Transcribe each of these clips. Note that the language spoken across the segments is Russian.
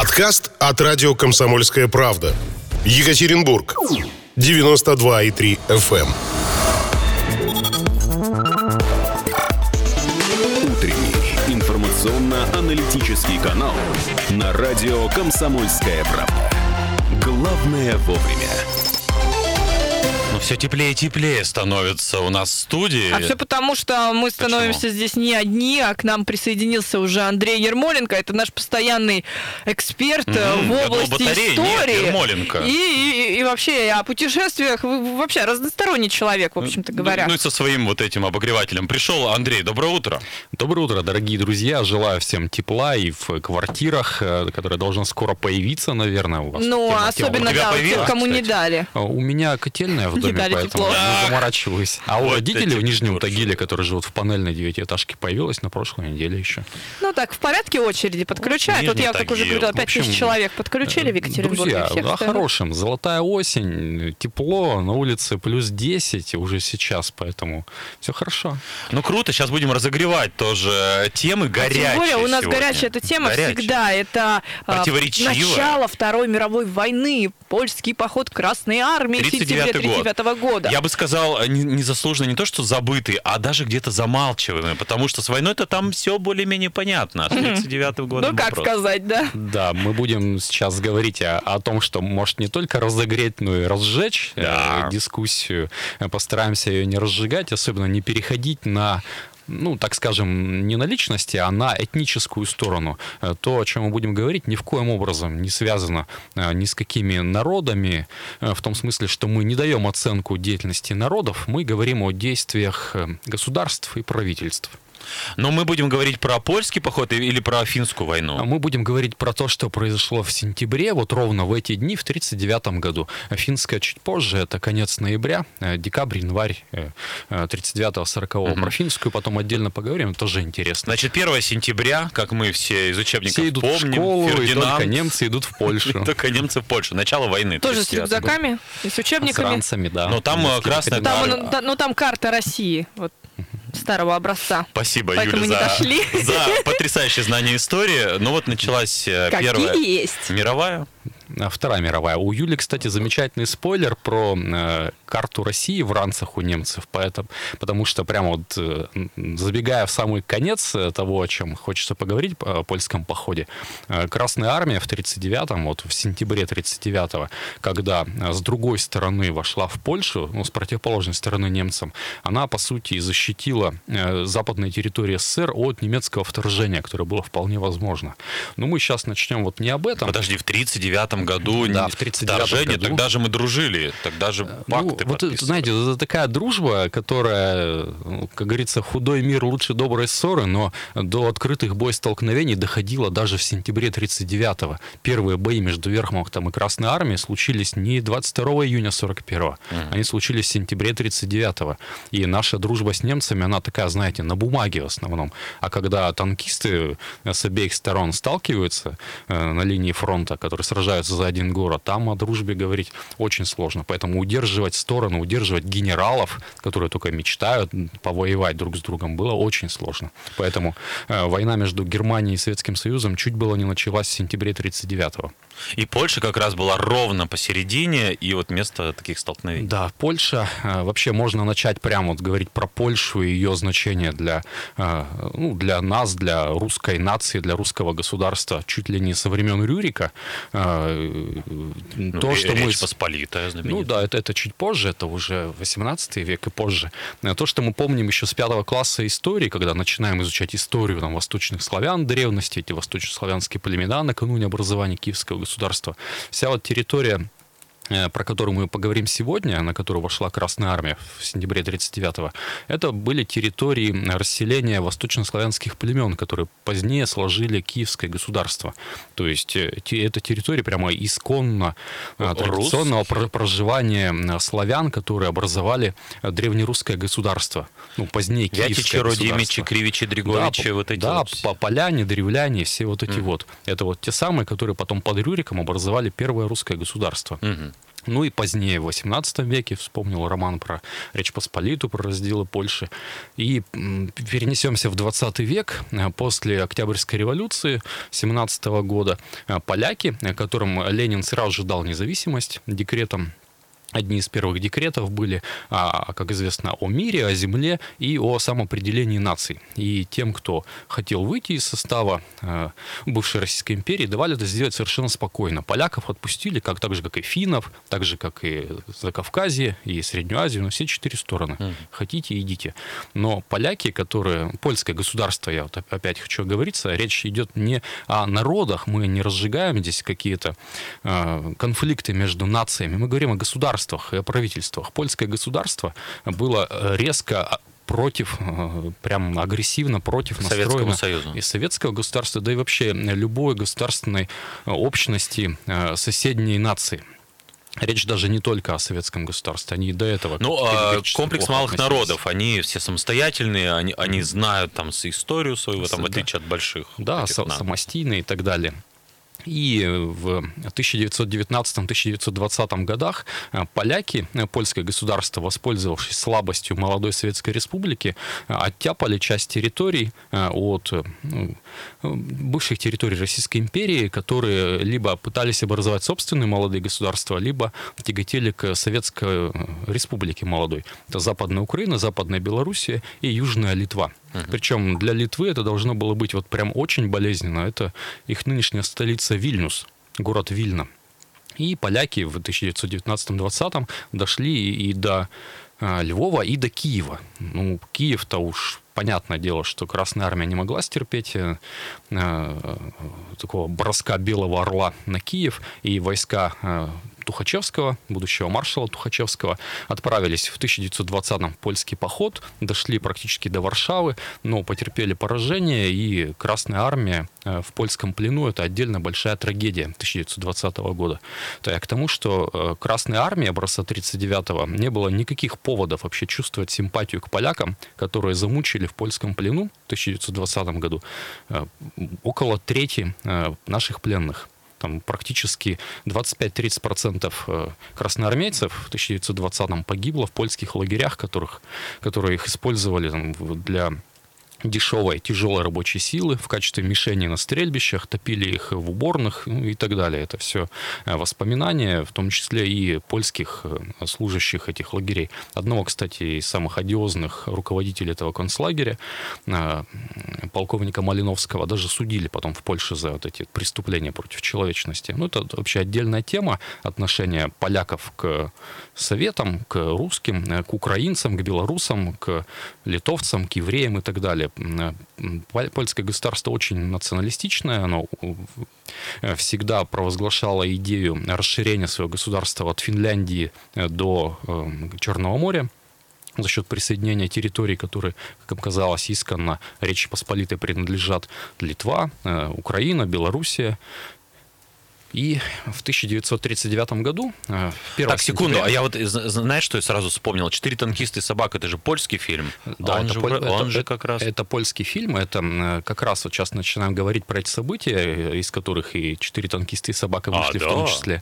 Подкаст от радио «Комсомольская правда». Екатеринбург. 92,3 FM. Утренний информационно-аналитический канал на радио «Комсомольская правда». Главное вовремя. Ну, все теплее и теплее становится у нас в студии. А все потому, что мы становимся здесь не одни, а к нам присоединился уже Андрей Ермоленко. Это наш постоянный эксперт в области истории. Нет, Ермоленко. И вообще о путешествиях. Вообще разносторонний человек, в общем-то говоря. Ну и со своим вот этим обогревателем пришел. Андрей, доброе утро. Доброе утро, дорогие друзья. Желаю всем тепла и в квартирах, которая должна скоро появиться, наверное, у вас. Ну, особенно, да, тех, кому не дали. У меня котельная в доме, поэтому не заморачиваюсь. А у родителей в Нижнем Тагиле, которые живут в панельной 9-этажке, появилась на прошлой неделе еще. Ну так, в порядке очереди подключают. Вот я, как уже говорила, 5000 человек подключили в Екатеринбурге. Друзья, хорошим. Золотая осень, тепло, на улице плюс 10 уже сейчас, поэтому все хорошо. Ну круто, сейчас будем разогревать тоже темы горячие. Тем более у нас сегодня. горячая эта тема всегда. Это начало Второй мировой войны, польский поход Красной Армии в сентябре 1939 года. Я бы сказал, незаслуженно не то, что забытый, а даже где-то замалчиваемый, потому что с войной-то там все более-менее понятно. С 1939 года. Ну, как сказать, да? Да, мы будем сейчас говорить о том, что может не только разогреть, но и разжечь дискуссию. Постараемся ее не разжигать, особенно не переходить на, ну, так скажем, не на личности, а на этническую сторону. То, о чем мы будем говорить, ни в коем образом не связано ни с какими народами, в том смысле, что мы не даем оценку деятельности народов, мы говорим о действиях государств и правительств. Но мы будем говорить про польский поход или про финскую войну? Мы будем говорить про то, что произошло в сентябре, вот ровно в эти дни, в 1939 году. Финская чуть позже, это конец ноября, декабрь, январь 39-40. Про финскую потом отдельно поговорим, тоже интересно. Значит, 1 сентября, как мы все из учебников все идут помним, в школу, Фердинанд, и только немцы идут в Польшу. Только немцы в Польшу. Начало войны. Тоже с рюкзаками и с учебниками. С ранцами, да. Но там красная карта. Ну, там карта России, вот, старого образца. Спасибо, поэтому Юля, за потрясающее знание истории. Ну вот началась Первая мировая. Вторая мировая. У Юли, кстати, замечательный спойлер про карту России в ранцах у немцев, потому что прямо вот забегая в самый конец того, о чем хочется поговорить, о польском походе, Красная Армия в 1939-м, вот в сентябре 1939-го, когда с другой стороны вошла в Польшу, ну, с противоположной стороны немцам, она, по сути, защитила западные территории СССР от немецкого вторжения, которое было вполне возможно. Но мы сейчас начнем вот не об этом. Подожди, в 1939 году вторжение, тогда же мы дружили, тогда же пакты подписывали. Знаете, это такая дружба, которая, как говорится, худой мир лучше доброй ссоры, но до открытых боестолкновений доходило даже в сентябре 1939-го. Первые бои между Верхмахтом и Красной Армией случились не 22 июня 41-го, они случились в сентябре 1939-го. И наша дружба с немцами, она такая, знаете, на бумаге в основном. А когда танкисты с обеих сторон сталкиваются на линии фронта, которые сражаются за один город, там о дружбе говорить очень сложно. Поэтому удерживать сторону, удерживать генералов, которые только мечтают повоевать друг с другом, было очень сложно. Поэтому война между Германией и Советским Союзом чуть было не началась в сентябре 1939-го. И Польша как раз была ровно посередине, и вот место таких столкновений. Да, Польша. Вообще можно начать прямо вот говорить про Польшу и ее значение для нас, для русской нации, для русского государства чуть ли не со времен Рюрика. Речь Посполитая знаменитая. Ну да, это чуть позже, это уже 18 век и позже. То, что мы помним еще с 5 класса истории, когда начинаем изучать историю там, восточных славян древности, эти восточнославянские племена накануне образования Киевского государства, вся вот территория, про которую мы поговорим сегодня, на которую вошла Красная Армия в сентябре 1939-го, это были территории расселения восточнославянских племен, которые позднее сложили Киевское государство. То есть это территория прямо исконно традиционного проживания славян, которые образовали древнерусское государство. Ну, позднее Киевское государство. Вятичи, Кривичи, Дригоричи, вот эти да, вот. поляне, древляне, все вот эти вот. Это вот те самые, которые потом под Рюриком образовали первое русское государство. Ну и позднее, в XVIII веке, вспомнил роман про Речь Посполитую, про разделы Польши. И перенесемся в 20 век. После Октябрьской революции 17 года поляки, которым Ленин сразу же дал независимость декретом, одни из первых декретов были, как известно, о мире, о земле и о самоопределении наций. И тем, кто хотел выйти из состава бывшей Российской империи, давали это сделать совершенно спокойно. Поляков отпустили, так же, как и финнов, так же, как и Закавказье, и Среднюю Азию, на все 4 стороны. Хотите, идите. Но поляки, польское государство, я вот опять хочу оговориться, речь идет не о народах, мы не разжигаем здесь какие-то конфликты между нациями, мы говорим о государствах и о правительствах. Польское государство было резко против, прям агрессивно против настроено и советского государства, да и вообще любой государственной общности соседней нации. Речь даже не только о советском государстве, они и до этого... Комплекс малых народов, они все самостоятельные, они знают там историю свою, в отличие от больших. Да, самостийные и так далее. И в 1919-1920 годах поляки, польское государство, воспользовавшись слабостью молодой Советской Республики, оттяпали часть территорий от бывших территорий Российской империи, которые либо пытались образовать собственные молодые государства, либо тяготели к Советской Республике молодой. Это Западная Украина, Западная Белоруссия и Южная Литва. Причем для Литвы это должно было быть вот прям очень болезненно. Это их нынешняя столица Вильнюс, город Вильна. И поляки в 1919-20 дошли и до Львова, и до Киева. Ну, Киев-то уж понятное дело, что Красная Армия не могла стерпеть такого броска Белого Орла на Киев, и войска Тухачевского, будущего маршала Тухачевского, отправились в 1920-м в польский поход, дошли практически до Варшавы, но потерпели поражение, и Красная Армия в польском плену — это отдельно большая трагедия 1920 года. То я к тому, что Красная Армия образца 1939-го не было никаких поводов вообще чувствовать симпатию к полякам, которые замучили в польском плену в 1920 году около трети наших пленных. Там практически 25-30% красноармейцев в 1920-м погибло в польских лагерях, которые их использовали для дешевой, тяжелой рабочей силы в качестве мишени на стрельбищах, топили их в уборных, и так далее. Это все воспоминания, в том числе и польских служащих этих лагерей. Одного, кстати, из самых одиозных руководителей этого концлагеря, полковника Малиновского, даже судили потом в Польше за вот эти преступления против человечности. Ну, это вообще отдельная тема, отношения поляков к советам, к русским, к украинцам, к белорусам, к литовцам, к евреям и так далее. Польское государство очень националистичное, оно всегда провозглашало идею расширения своего государства от Финляндии до Черного моря за счет присоединения территорий, которые, как казалось, исконно Речи Посполитой принадлежат: Литва, Украина, Белоруссия. И в 1939 году... Так, секунду, а я вот, знаешь, что я сразу вспомнил? «4 танкиста и собак» — это же польский фильм. Да, он же как раз... Это польский фильм, это как раз вот сейчас начинаем говорить про эти события, из которых и «4 танкиста и собака» вышли в том числе.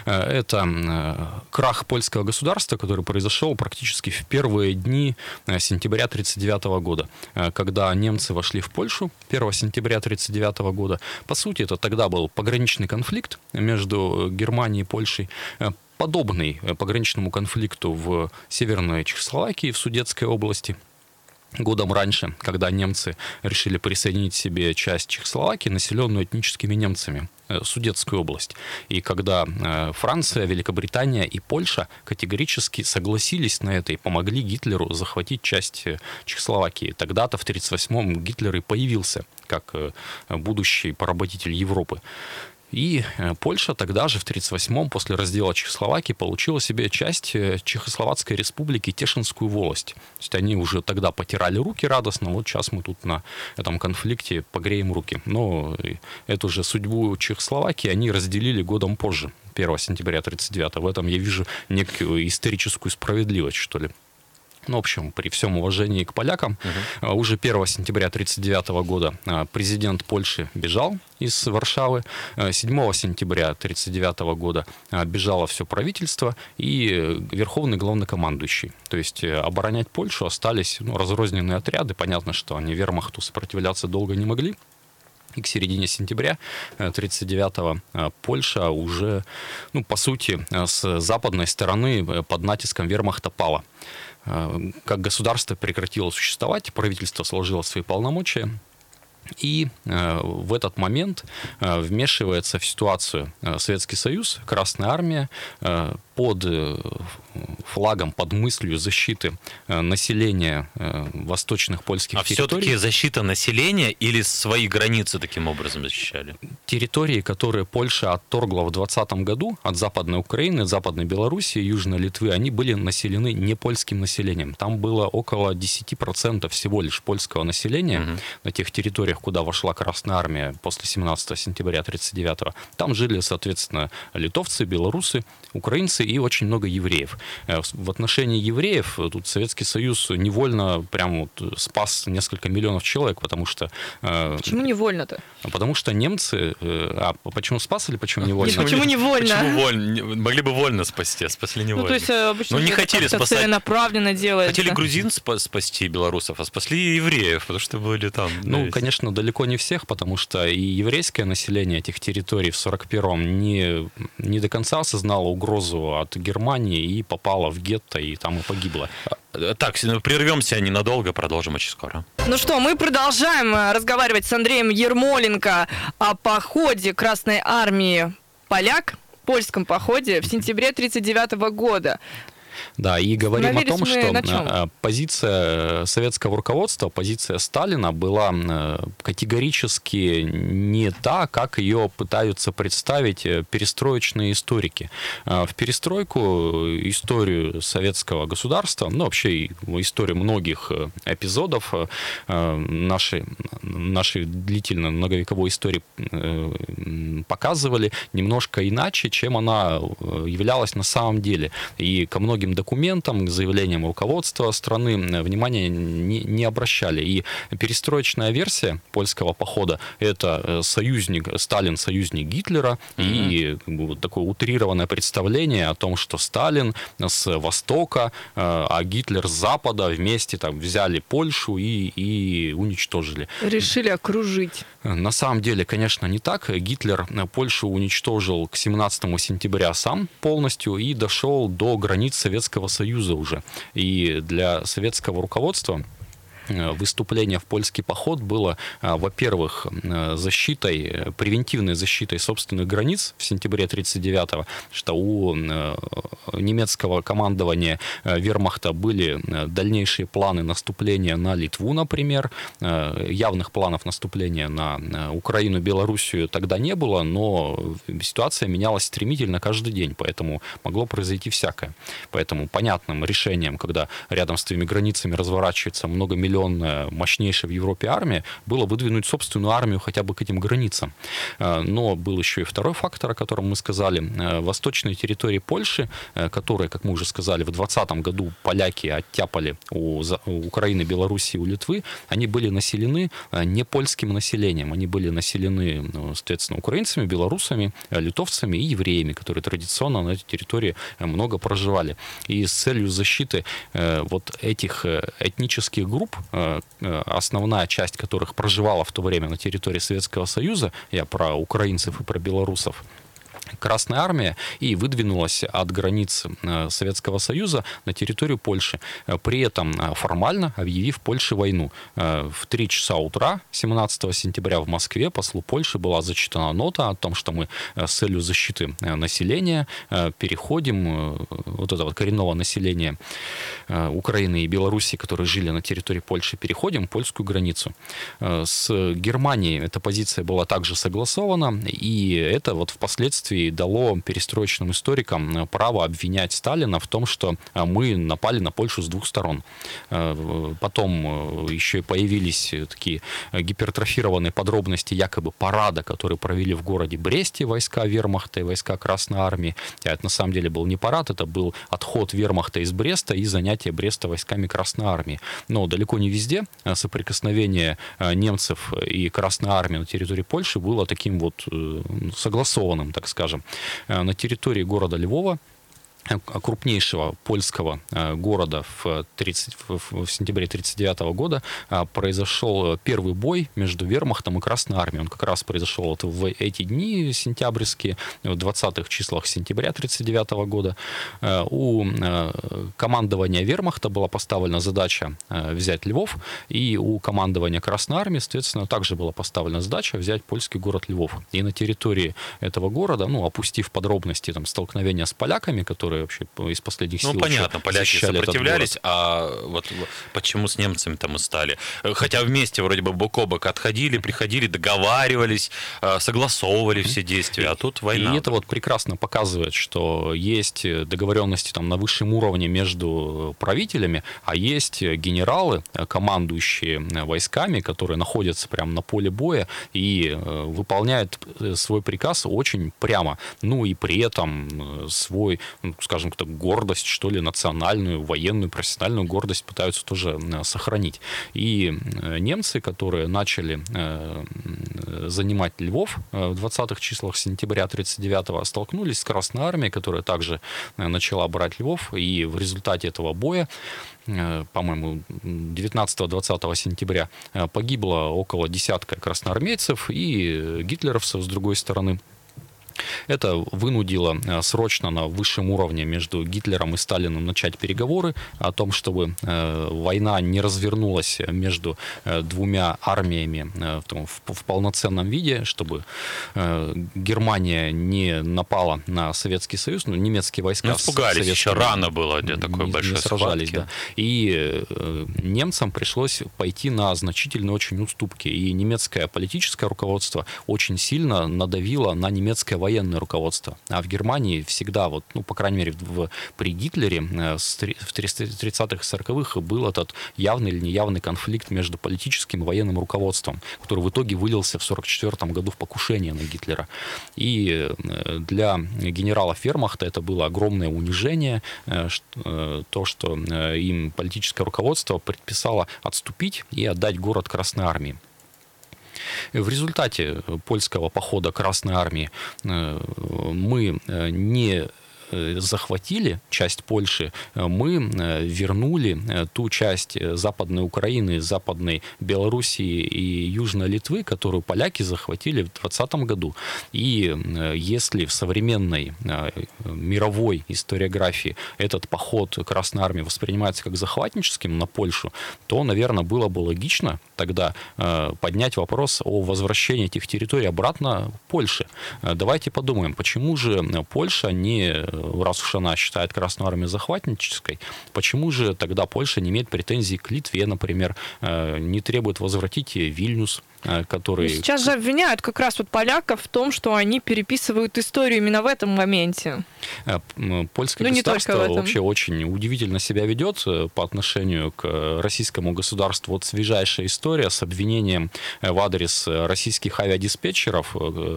Это крах польского государства, который произошел практически в первые дни сентября 1939 года, когда немцы вошли в Польшу 1 сентября 1939 года. По сути, это тогда был пограничный конфликт между Германией и Польшей, подобный пограничному конфликту в Северной Чехословакии, в Судетской области, годом раньше, когда немцы решили присоединить себе часть Чехословакии, населенную этническими немцами, Судетскую область. И когда Франция, Великобритания и Польша категорически согласились на это и помогли Гитлеру захватить часть Чехословакии. Тогда-то в 1938-м Гитлер и появился как будущий поработитель Европы. И Польша тогда же, в 1938-м, после раздела Чехословакии, получила себе часть Чехословацкой республики Тешинскую волость. То есть они уже тогда потирали руки радостно, вот сейчас мы тут на этом конфликте погреем руки. Но эту же судьбу Чехословакии они разделили годом позже, 1 сентября 1939. В этом я вижу некую историческую справедливость, что ли. Ну, в общем, при всем уважении к полякам, уже 1 сентября 1939 года президент Польши бежал из Варшавы. 7 сентября 1939 года бежало все правительство и верховный главнокомандующий. То есть оборонять Польшу остались разрозненные отряды. Понятно, что они вермахту сопротивляться долго не могли. И к середине сентября 1939-го Польша уже, по сути, с западной стороны под натиском вермахта пала. Как государство прекратило существовать, правительство сложило свои полномочия, и в этот момент вмешивается в ситуацию Советский Союз, Красная Армия, под флагом, под мыслью защиты населения восточных польских территорий. А все-таки защита населения или свои границы таким образом защищали? Территории, которые Польша отторгла в 2020 году от Западной Украины, Западной Белоруссии, Южной Литвы, они были населены не польским населением. Там было около 10% всего лишь польского населения на тех территориях, куда вошла Красная Армия после 17 сентября 1939. Там жили, соответственно, литовцы, белорусы, украинцы и очень много евреев. В отношении евреев тут Советский Союз невольно прям спас несколько миллионов человек, потому что... Почему невольно-то? Потому что немцы... почему спас или почему невольно? Почему невольно? Почему вольно? Могли бы вольно спасти, а спасли невольно. То есть обычно не хотели спасать. Целенаправленно делать. Хотели грузин спасти белорусов, а спасли евреев, потому что были там. Конечно, далеко не всех, потому что и еврейское население этих территорий в 1941-м не до конца осознало угрозу от Германии и попало в гетто, и там и погибло. Так, прервемся ненадолго, продолжим очень скоро. Ну что, мы продолжаем разговаривать с Андреем Ермоленко о походе Красной Армии поляк, польском походе в сентябре 1939 года. Да, и говорим о том, что позиция советского руководства, позиция Сталина была категорически не та, как ее пытаются представить перестроечные историки. В перестройку историю советского государства, вообще историю многих эпизодов нашей длительной многовековой истории показывали немножко иначе, чем она являлась на самом деле. И ко многим документам, к заявлениям руководства страны внимания не обращали. И перестроечная версия польского похода — это Сталин союзник Гитлера, и такое утрированное представление о том, что Сталин с востока, а Гитлер с запада вместе взяли Польшу и уничтожили. Решили окружить. На самом деле, конечно, не так. Гитлер Польшу уничтожил к 17 сентября сам полностью и дошел до границ Советского Союза уже. И для советского руководства выступление в польский поход было, во-первых, превентивной защитой собственных границ в сентябре 1939-го, что у немецкого командования вермахта были дальнейшие планы наступления на Литву, например. Явных планов наступления на Украину, Белоруссию тогда не было, но ситуация менялась стремительно каждый день, поэтому могло произойти всякое. Поэтому понятным решением, когда рядом с твоими границами разворачивается многомиллионная, мощнейшая в Европе армия, было выдвинуть собственную армию хотя бы к этим границам. Но был еще и второй фактор, о котором мы сказали. Восточные территории Польши, которые, как мы уже сказали, в 2020 году поляки оттяпали у Украины, Белоруссии, у Литвы, они были населены не польским населением. Они были населены, соответственно, украинцами, белорусами, литовцами и евреями, которые традиционно на этой территории много проживали. И с целью защиты вот этих этнических групп, основная часть которых проживала в то время на территории Советского Союза, я про украинцев и про белорусов, Красная Армия и выдвинулась от границ Советского Союза на территорию Польши, при этом формально объявив Польше войну. В 3 часа утра 17 сентября в Москве послу Польши была зачитана нота о том, что мы с целью защиты населения переходим, вот этого коренного населения Украины и Белоруссии, которые жили на территории Польши, переходим польскую границу. С Германией эта позиция была также согласована, и это вот впоследствии и дало перестроечным историкам право обвинять Сталина в том, что мы напали на Польшу с двух сторон. Потом еще и появились такие гипертрофированные подробности якобы парада, который провели в городе Бресте войска вермахта и войска Красной Армии. Это на самом деле был не парад, это был отход вермахта из Бреста и занятие Бреста войсками Красной Армии. Но далеко не везде соприкосновение немцев и Красной Армии на территории Польши было таким вот согласованным, так скажем. На территории города Львова, крупнейшего польского города в сентябре 1939 года, произошел первый бой между вермахтом и Красной Армией. Он как раз произошел вот в эти дни сентябрьские, в 20-х числах сентября 1939 года. У командования вермахта была поставлена задача взять Львов, и у командования Красной Армии, соответственно, также была поставлена задача взять польский город Львов. И на территории этого города, опустив подробности столкновения с поляками, которые вообще из последних сил... понятно, поляки сопротивлялись, а вот почему с немцами-то мы стали? Хотя вместе вроде бы бок о бок отходили, приходили, договаривались, согласовывали все действия, а тут война. И это вот прекрасно показывает, что есть договоренности на высшем уровне между правителями, а есть генералы, командующие войсками, которые находятся прямо на поле боя и выполняют свой приказ очень прямо. И при этом свой, скажем так, гордость, что ли, национальную, военную, профессиональную гордость пытаются тоже сохранить. И немцы, которые начали занимать Львов в 20-х числах сентября 1939-го, столкнулись с Красной Армией, которая также начала брать Львов, и в результате этого боя, по-моему, 19-20 сентября погибло около десятка красноармейцев и гитлеровцев с другой стороны. Это вынудило срочно на высшем уровне между Гитлером и Сталиным начать переговоры о том, чтобы война не развернулась между двумя армиями в полноценном виде, чтобы Германия не напала на Советский Союз, немецкие войска... испугались, еще рано было, где такой большой сражались, схватки. да. И немцам пришлось пойти на значительные очень уступки. И немецкое политическое руководство очень сильно надавило на немецкое военное руководство. А в Германии всегда, по крайней мере, при Гитлере в 30-х и 40-х был этот явный или неявный конфликт между политическим и военным руководством, который в итоге вылился в 1944 году в покушение на Гитлера. И для генералов вермахта это было огромное унижение, то, что им политическое руководство предписало отступить и отдать город Красной Армии. В результате польского похода Красной Армии мы не захватили часть Польши, мы вернули ту часть Западной Украины, Западной Белоруссии и Южной Литвы, которую поляки захватили в 2020 году. И если в современной мировой историографии этот поход Красной Армии воспринимается как захватническим на Польшу, то, наверное, было бы логично тогда поднять вопрос о возвращении этих территорий обратно в Польше. Давайте подумаем, почему же Польша не... раз уж она считает Красную Армию захватнической, почему же тогда Польша не имеет претензий к Литве, например, не требует возвратить Вильнюс, который... Сейчас же обвиняют как раз поляков в том, что они переписывают историю именно в этом моменте. Польское государство вообще очень удивительно себя ведет по отношению к российскому государству. Вот свежайшая история с обвинением в адрес российских авиадиспетчеров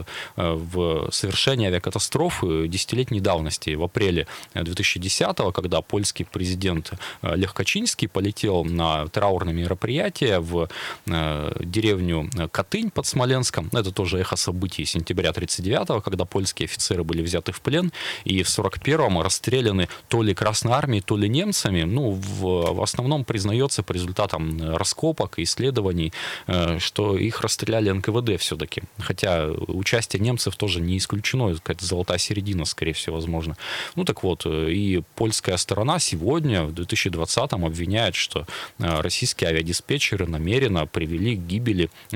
в совершении авиакатастрофы десятилетней давности. В апреле 2010-го, когда польский президент Лех Качинский полетел на траурное мероприятие в деревню Катынь под Смоленском. Это тоже эхо событий сентября 1939-го, когда польские офицеры были взяты в плен и в 1941-м расстреляны то ли Красной Армией, то ли немцами. В основном признается по результатам раскопок и исследований, что их расстреляли НКВД все-таки. Хотя участие немцев тоже не исключено. Это какая-то золотая середина, скорее всего, возможно. Так вот, и польская сторона сегодня, в 2020-м, обвиняет, что российские авиадиспетчеры намеренно привели к гибели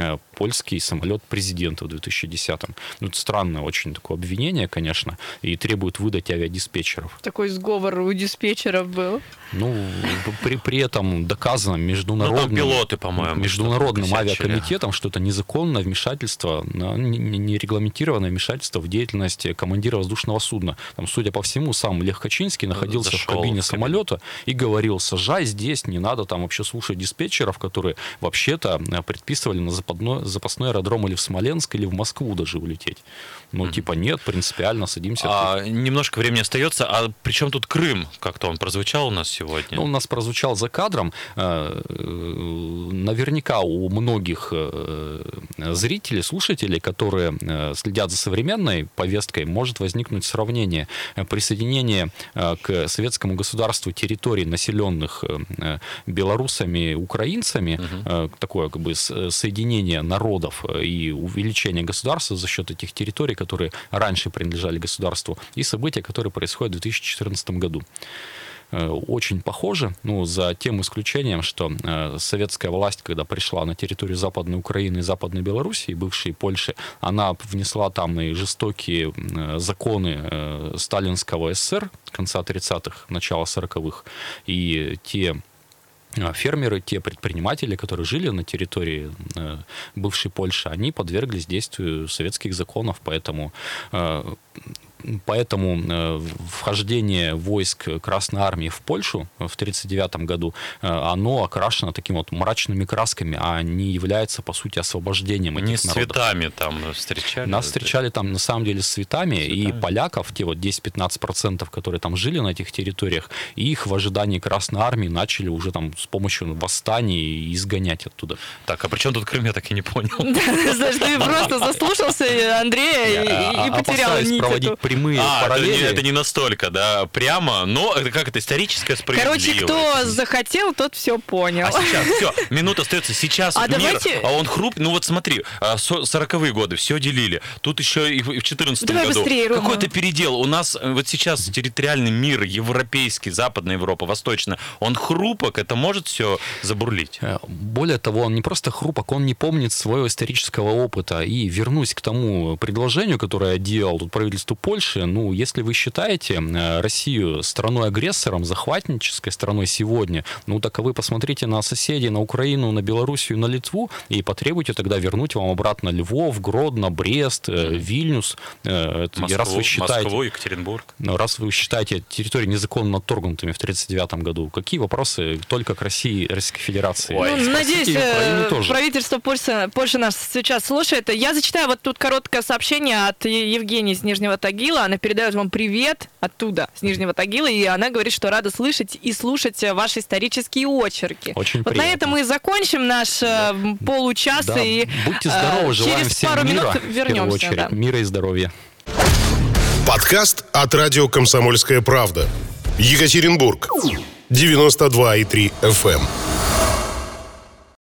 польский самолет президента в 2010-м. Ну, это странное очень такое обвинение, конечно, и требует выдать авиадиспетчеров. Такой сговор у диспетчеров был. Ну, при этом доказано международным, пилоты, по-моему, международным авиакомитетом, что это незаконное вмешательство, нерегламентированное вмешательство в деятельность командира воздушного судна. Там, судя по всему, сам Лех Качинский находился в кабине самолета и говорил: сажай здесь, не надо там вообще слушать диспетчеров, которые вообще-то предписывали на запасной аэродром или в Смоленск, или в Москву даже улететь. Ну, типа, нет, принципиально садимся. Немножко времени остается. А при чем тут Крым? Как-то он прозвучал у нас сегодня? Ну, у нас прозвучал за кадром. Наверняка у многих зрителей, слушателей, которые следят за современной повесткой, может возникнуть сравнение присоединения к советскому государству территорий, населенных белорусами, украинцами, такое как бы соединение народов и увеличение государства за счет этих территорий, которые раньше принадлежали государству, и события, которые происходят в 2014 году. Очень похоже, ну, за тем исключением, что советская власть, когда пришла на территорию Западной Украины и Западной Белоруссии, бывшей Польши, она внесла там и жестокие законы сталинского СССР конца 30-х, начала 40-х, и те фермеры, те предприниматели, которые жили на территории бывшей Польши, они подверглись действию советских законов, Поэтому вхождение войск Красной Армии в Польшу в 1939 году, оно окрашено такими вот мрачными красками, а не является, по сути, освобождением этих народов. Не с цветами там встречали? Нас встречали там, на самом деле, с цветами, и поляков, те вот 10-15%, которые там жили на этих территориях, их в ожидании Красной Армии начали уже там с помощью восстаний изгонять оттуда. Так, а при чем тут Крым, я так и не понял. Знаешь, ты просто заслушался Андрея и потерял нить эту. Прямые параллели. Это не настолько, да, прямо, но это как это историческая справедливость. Короче, кто захотел, тот все понял. А сейчас, все, минута остается, сейчас мир, он ну вот смотри, 40-е годы, все делили, тут еще и в 14 году. Быстрее, какой-то передел. У нас вот сейчас территориальный мир, европейский, Западная Европа, Восточная, он хрупок, это может все забурлить. Более того, он не просто хрупок, он не помнит своего исторического опыта. И вернусь к тому предложению, которое я делал тут правительству Польши. Ну, если вы считаете Россию страной-агрессором, захватнической страной сегодня, ну, так вы посмотрите на соседей, на Украину, на Белоруссию, на Литву, и потребуйте тогда вернуть вам обратно Львов, Гродно, Брест, Вильнюс. Москву, Екатеринбург. Раз вы считаете территории незаконно отторгнутыми в 1939 году, какие вопросы только к России и Российской Федерации? Надеюсь, правительство Польши нас сейчас слушает. Я зачитаю вот тут короткое сообщение от Евгении из Нижнего Тагила. Она передает вам привет оттуда, с Нижнего Тагила, и она говорит, что рада слышать и слушать ваши исторические очерки. Очень вот приятно. На этом мы и закончим наш получаса. Да. И будьте здоровы, желаем через всем пару мира, минут вернемся. В первую очередь, мира и здоровья. Подкаст от радио «Комсомольская правда». Екатеринбург. 92,3 FM.